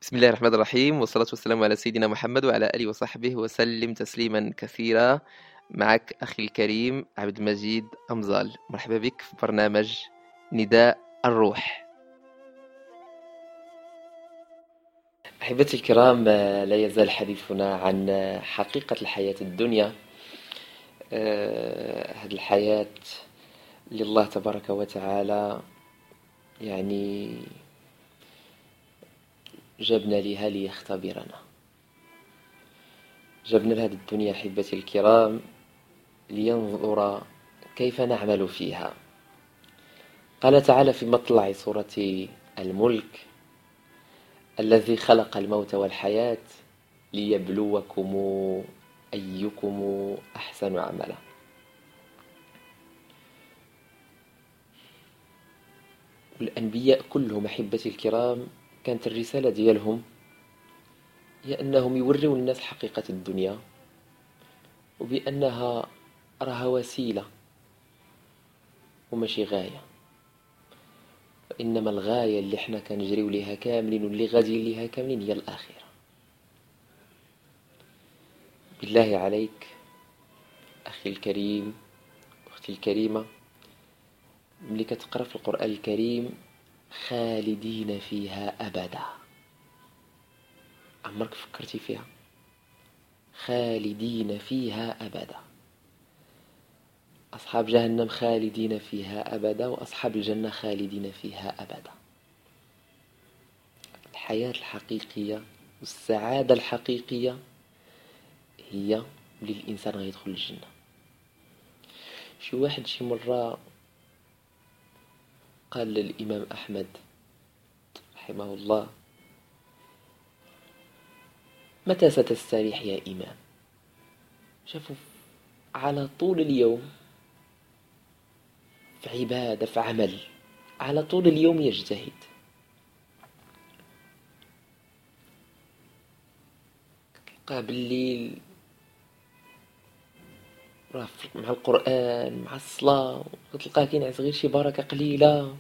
بسم الله الرحمن الرحيم، والصلاة والسلام على سيدنا محمد وعلى آله وصحبه وسلم تسليما كثيرا. معك أخي الكريم عبد المجيد أمزال. مرحبا بك في برنامج نداء الروح. أحبتي الكرام، لا يزال حديثنا عن حقيقة الحياة الدنيا. هذه الحياة لله تبارك وتعالى يعني جابنا لها ليختبرنا. جابنا لهذه الدنيا أحبتي الكرام لينظر كيف نعمل فيها. قال تعالى في مطلع سورة الملك: الذي خلق الموت والحياة ليبلوكم أيكم أحسن عملا. والأنبياء كلهم أحبتي الكرام كانت الرسالة ديالهم هي أنهم يوروا الناس حقيقة الدنيا، وبأنها راها وسيلة وماشي غاية، وإنما الغاية اللي احنا كنجريو ليها كاملين واللي غاديين ليها كاملين هي الآخرة. بالله عليك أخي الكريم، أختي الكريمة، ملي كتقرأ في القرآن الكريم خالدين فيها أبدا، عمرك فكرتي فيها؟ خالدين فيها أبدا. أصحاب جهنم خالدين فيها أبدا، وأصحاب الجنة خالدين فيها أبدا. الحياة الحقيقية والسعادة الحقيقية هي اللي الإنسان غيدخل الجنة. شي واحد شي مرة قال للإمام أحمد رحمه الله: متى ستستريح يا إمام؟ شافوا على طول اليوم في عبادة، في عمل، على طول اليوم يجتهد. تلقاه بالليل راه مع القرآن مع الصلاة، وتلقاه كينعس غير شي بركة قليلة،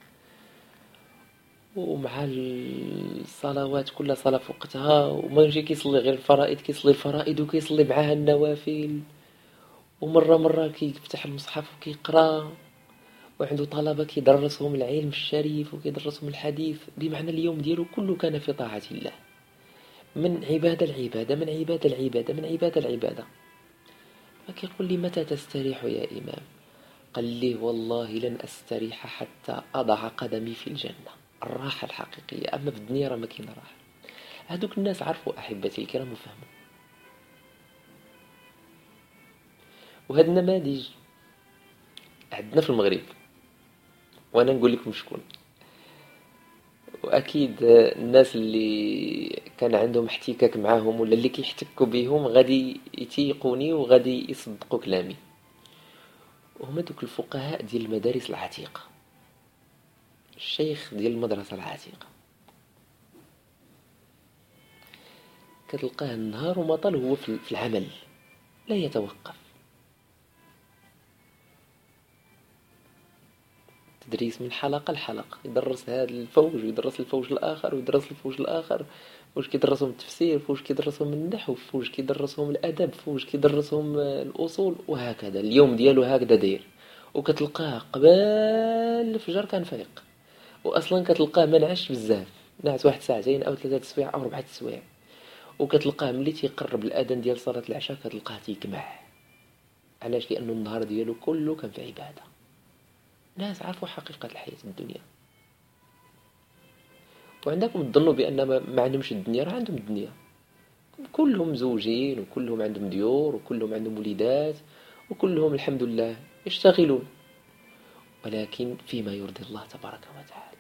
ومع الصلوات كل صلاة في وقتها، وما يمشي كيصلي غير الفرائض، كيصلي الفرائض وكيصلي معاها النوافل، ومرة كيفتح المصحف وكيقرأ، وعنده طلبة كيدرسهم العلم الشريف وكيدرسهم الحديث. بمعنى اليوم ديالو كله كان في طاعة الله، من عبادة العبادة، من عبادة العبادة، من عبادة العبادة. فكيقول لي: متى تستريح يا إمام؟ قال لي: والله لن أستريح حتى أضع قدمي في الجنة. الراحة الحقيقية. أما في الدنيا راه ما كاين راحة. هذوك الناس عرفوا أحبتي الكرام وفهموا. وهذا النماذج عندنا في المغرب، وأنا نقول لكم شكون. وأكيد الناس اللي كان عندهم احتكاك معاهم ولا اللي كيحتكوا بهم غادي يتيقوني وغادي يصدقوا كلامي. وهما دوك الفقهاء ديال المدارس العتيقة، الشيخ ديال المدرسة العتيقة. كتلقاه النهار وما طال هو في العمل، لا يتوقف. تدريس من حلقة لحلقة، يدرس هذا الفوج ويدرس الفوج الآخر ويدرس الفوج الآخر. فوج كيدرسهم التفسير، فوج كيدرسهم النحو، فوج كيدرسهم الأدب، فوج كيدرسهم الأصول، وهكذا. اليوم ديالو هكذا داير. وكتلقاه قبل الفجر كان فايق، وأصلا كتلقاه ما نعش بزاف، نعس واحد ساعتين أو 3 سوايع أو 4 سوايع. وكتلقاه ملي تيقرب الأذان ديال صلاة العشاء كتلقاه تيكمع. علاش؟ لأنه النهار ديالو كله كان في عبادة. ناس عرفوا حقيقة الحياة الدنيا. وعندكم تظنوا بأن ما عندهمش الدنيا، راه عندهم الدنيا. كلهم زوجين وكلهم عندهم ديور وكلهم عندهم وليدات وكلهم الحمد لله يشتغلون، ولكن فيما يرضي الله تبارك وتعالى.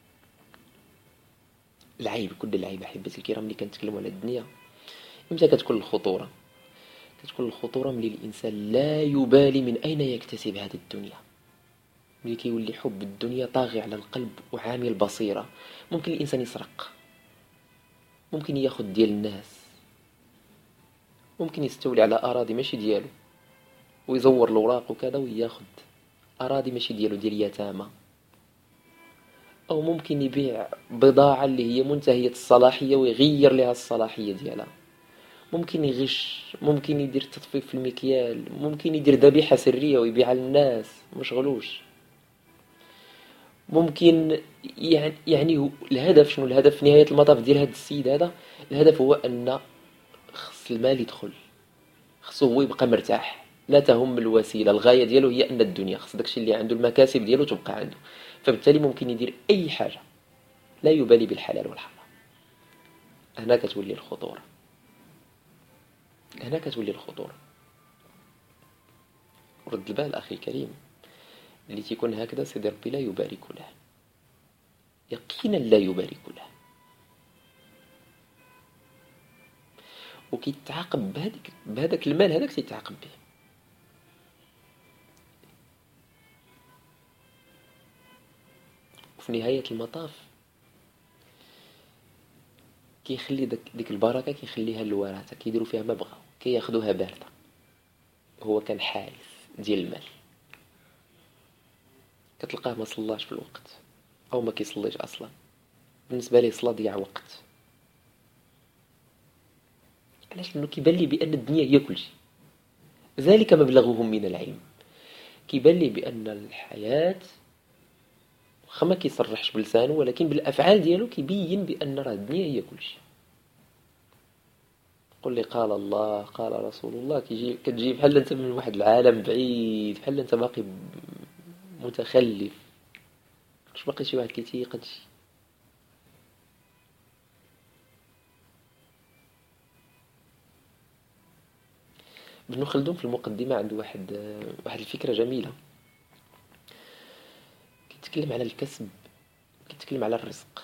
العيب، كل العيب أحبتي الكرام اللي كنتكلموا على الدنيا، إمتى كتكون الخطورة؟ كتكون الخطورة ملي الإنسان لا يبالي من أين يكتسب هذه الدنيا، ملي كيولي حب الدنيا طاغي على القلب وعامي البصيرة. ممكن الإنسان يسرق، ممكن ياخد ديال الناس، ممكن يستولي على أراضي ماشي ديالو ويزور الأوراق وكذا وياخد أراضي ماشي ديالو، ديال يتامى. او ممكن يبيع بضاعة اللي هي منتهية الصلاحية ويغير لها الصلاحية ديالها. ممكن يغش، ممكن يدير تطفيف في المكيال، ممكن يدير ذبيحة سرية ويبيعها للناس مشغلوش. ممكن الهدف شنو؟ الهدف في نهاية المطاف ديال هذا السيد هذا، الهدف هو أن خص المال يدخل، خصو هو يبقى مرتاح، لا تهم الوسيلة، الغاية ديالو هي أن الدنيا، خص داكشي اللي عنده المكاسب ديالو تبقى عنده. فبالتالي ممكن يدير أي حاجة، لا يبالي بالحلال والحرام. هنا كتولي الخطورة، هنا كتولي الخطورة. ورد البال أخي الكريم، اللي تيكون هكذا سيدي ربي لا يبارك له، يقينا لا يبارك له، وكيتعاقب بهذاك المال هذاك تيتعاقب به. وفي نهاية المطاف كيخلي ديك البركة كيخليها للورثة، كيديروا فيها ما بغاو، كياخذوها باردة. هو كان حارس ديال المال، كتلقاه ما صلاش في الوقت او ما كيصليش اصلا، بالنسبة ليه الصلاة ضياع وقت. علاش؟ لانه كيبان لي بان الدنيا هي كل شيء، ذلك مبلغهم من العلم. كيبان لي بان الحياة واخا ما كيصرحش بلسانه، ولكن بالافعال ديالو كيبين بان راه الدنيا هي كل شيء. قل لي قال الله قال رسول الله، كتجي بحال انت من واحد العالم بعيد، بحال انت باقي متخلف، واش باقي شي واحد كيتيق هادشي. ابن خلدون في المقدمة عنده واحد الفكرة جميلة، كيتكلم على الكسب، كيتكلم على الرزق.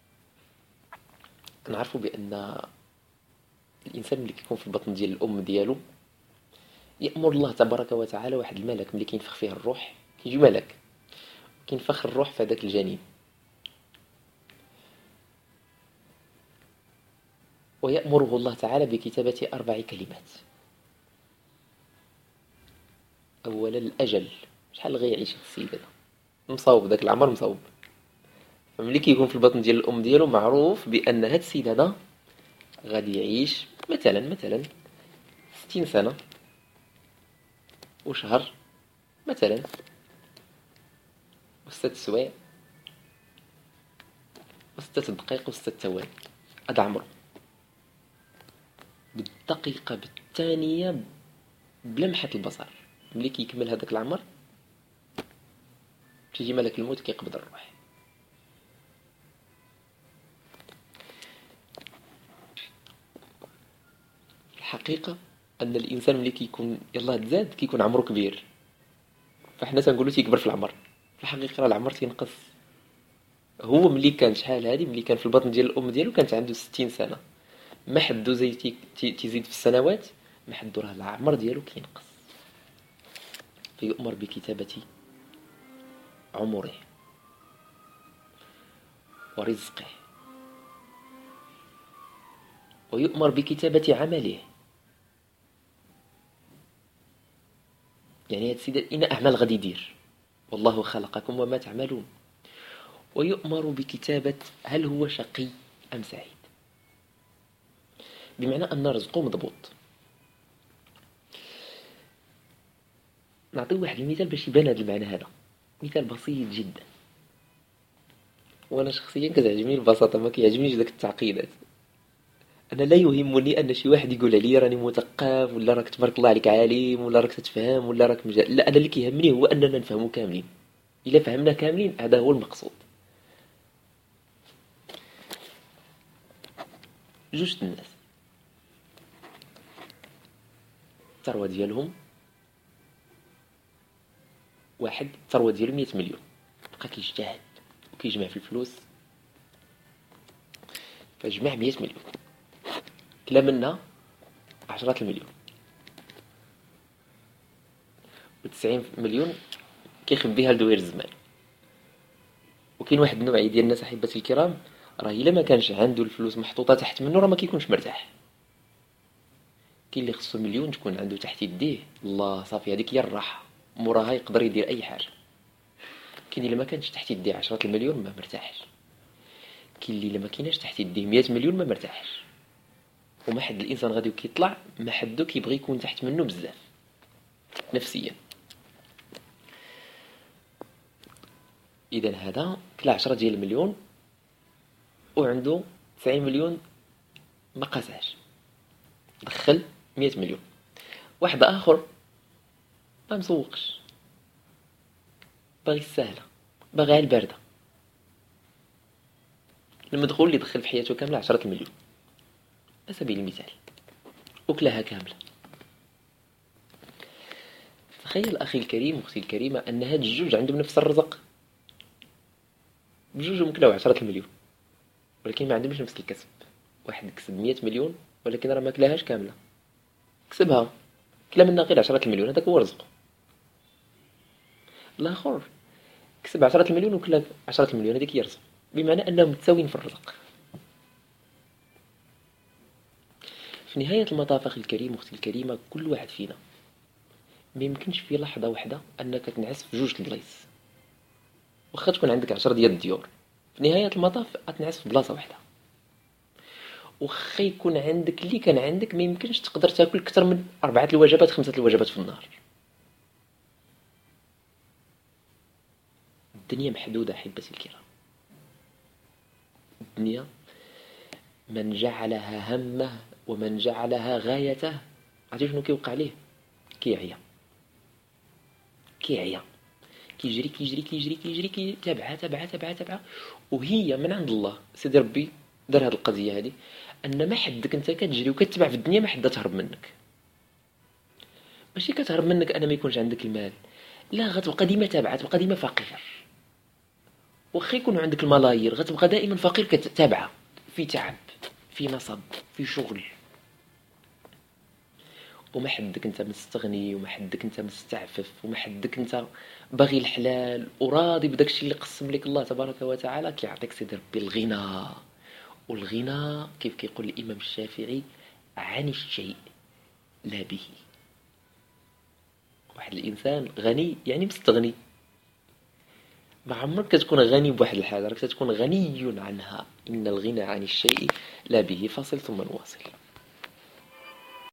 كنعرفوا بأن الإنسان ملي كيكون في البطن ديال الأم ديالو يأمر الله تبارك وتعالى واحد الملك ملي كينفخ فيه الروح، كيجي ملك كينفخ الروح في هذاك الجنين، ويأمره الله تعالى بكتابة 4 كلمات. أولا الأجل، شحال غيعيش السيد هذا، مصاوب داك العمر مصاوب. فملي كيكون في البطن ديال الأم ديالو معروف بأن هاد السيد هذا غادي يعيش مثلا 60 سنة وشهر مثلا و6 سوايع و6 دقائق و6 ثواني. هذا عمره بالدقيقة بالثانية بلمحة البصر. ملي كيكمل هذاك العمر تيجي ملك الموت كيقبض الروح. الحقيقة أن الإنسان ملي كيكون يلاه تزاد كيكون عمره كبير، فحنا تنقولوا تيكبر في العمر، في الحقيقة راه العمر تينقص. هو ملي كان شحال هادي، ملي كان في البطن ديال الأم ديالو كانت عنده 60 سنة، ما حدو زي تيزيد في السنوات، ما حدو راه العمر ديالو كينقص. فيؤمر بكتابة عمره ورزقه، ويؤمر بكتابة عمله، يعني هاد السيد إن أعمال غادي يدير، والله خلقكم وما تعملون. ويؤمر بكتابة هل هو شقي أم سعيد، بمعنى أن رزقه مضبوط. نعطي واحد المثال باش يبان هذا المعنى هذا، مثال بسيط جدا. وانا شخصيا كتعجبني البساطه، ما كيعجبنيش داك التعقيدات. انا لا يهمني ان شي واحد يقول عليا راني مثقف، ولا راك تبارك الله عليك عالم، ولا راك تتفهم، ولا راك لا، انا اللي كيهمني هو اننا نفهمو كاملين. الا فهمنا كاملين هذا هو المقصود. جوج الناس الثروه ديالهم، واحد الثروه ديالو 100 مليون، بقى كيجتهد وكيجمع في الفلوس، فجمع 100 مليون، كلا منا 10 المليون، و90 مليون كيخبيها لدوير الزمان. وكاين واحد النوعيه ديال الناس احبتي الكرام، راه الا ما كانش عنده الفلوس محطوطه تحت منه راه ما كيكونش مرتاح. كاين اللي خصو مليون تكون عنده تحت يديه، الله صافي هذيك هي الراحه، موراها يقدر يدير اي حاجه. كاين اللي ما كانش تحت يديه 10 المليون ما مرتاحش، كاين اللي ما كايناش تحت يديه 100 مليون ما مرتاحش. وما حد الانسان غادي كيطلع ما حدو كيبغي يكون تحت منه بزاف نفسيا. اذا هذا كلا 10 ديال المليون وعنده 90 مليون ما قاساش، دخل 100 مليون. واحد اخر ما مسوقش، باغي السهله، باغي البارده. المدخول اللي دخل في حياته كامله 10 المليون على سبيل المثال وكلها كامله. تخيل اخي الكريم واختي الكريمه ان هاد الجوج عندهم نفس الرزق، بجوجهم كلاو 10 المليون ولكن ما عندهمش نفس الكسب. واحد كسب 100 مليون ولكن راه ما كلاهاش كامله، كسبها كلا منها غير 10 المليون، هذاك هو رزقه. الاخر كسب 10 المليون وكلا 10 المليون، هذيك هي رزق، بمعنى انهم متساويين في الرزق. في نهايه المطاف اخي الكريم واختي الكريمه، كل واحد فينا ما يمكنش في لحظه واحده انك تنعس في جوج البلايص. واخا تكون عندك 10 ديال الديور، في نهايه المطاف غتنعس في بلاصه واحده. واخا يكون عندك اللي كان عندك، ما يمكنش تقدر تاكل اكثر من 4 الوجبات 5 الوجبات في النهار. الدنيا محدوده احبتي الكرام. الدنيا من جعلها همه ومن جعلها غايته، عرفتي شنو كيوقع ليه؟ كيعيا كيجري كيجري كيجري كيجري تابعه تابعه تابعه تابعه. وهي من عند الله سيدي ربي دار هذه القضيه هذه، ان ما حدك انت كتجري وكتبع في الدنيا ما حدا تهرب منك. ماشي كتهرب منك انا ما يكونش عندك المال، لا، غتبقى ديما تابعه، تبقى ديما فقير. واخا يكون عندك الملايير غتبقى دائما فقير، كتابعه في تعب، في نصب، في شغل. وما حدك انت مستغني، وما حدك انت مستعفف، وما حدك انت باغي الحلال وراضي بداكشي اللي قسم لك الله تبارك وتعالى. كيعطيك سيدي ربي الغنى. والغنى كيف كيقول الامام الشافعي عن الشيء لا به. واحد الانسان غني يعني مستغني، ما عمرك كتكون غني بواحد الحاجه، راك تكون غني عنها. ان الغنى عن الشيء لا به. فاصل ثم نواصل.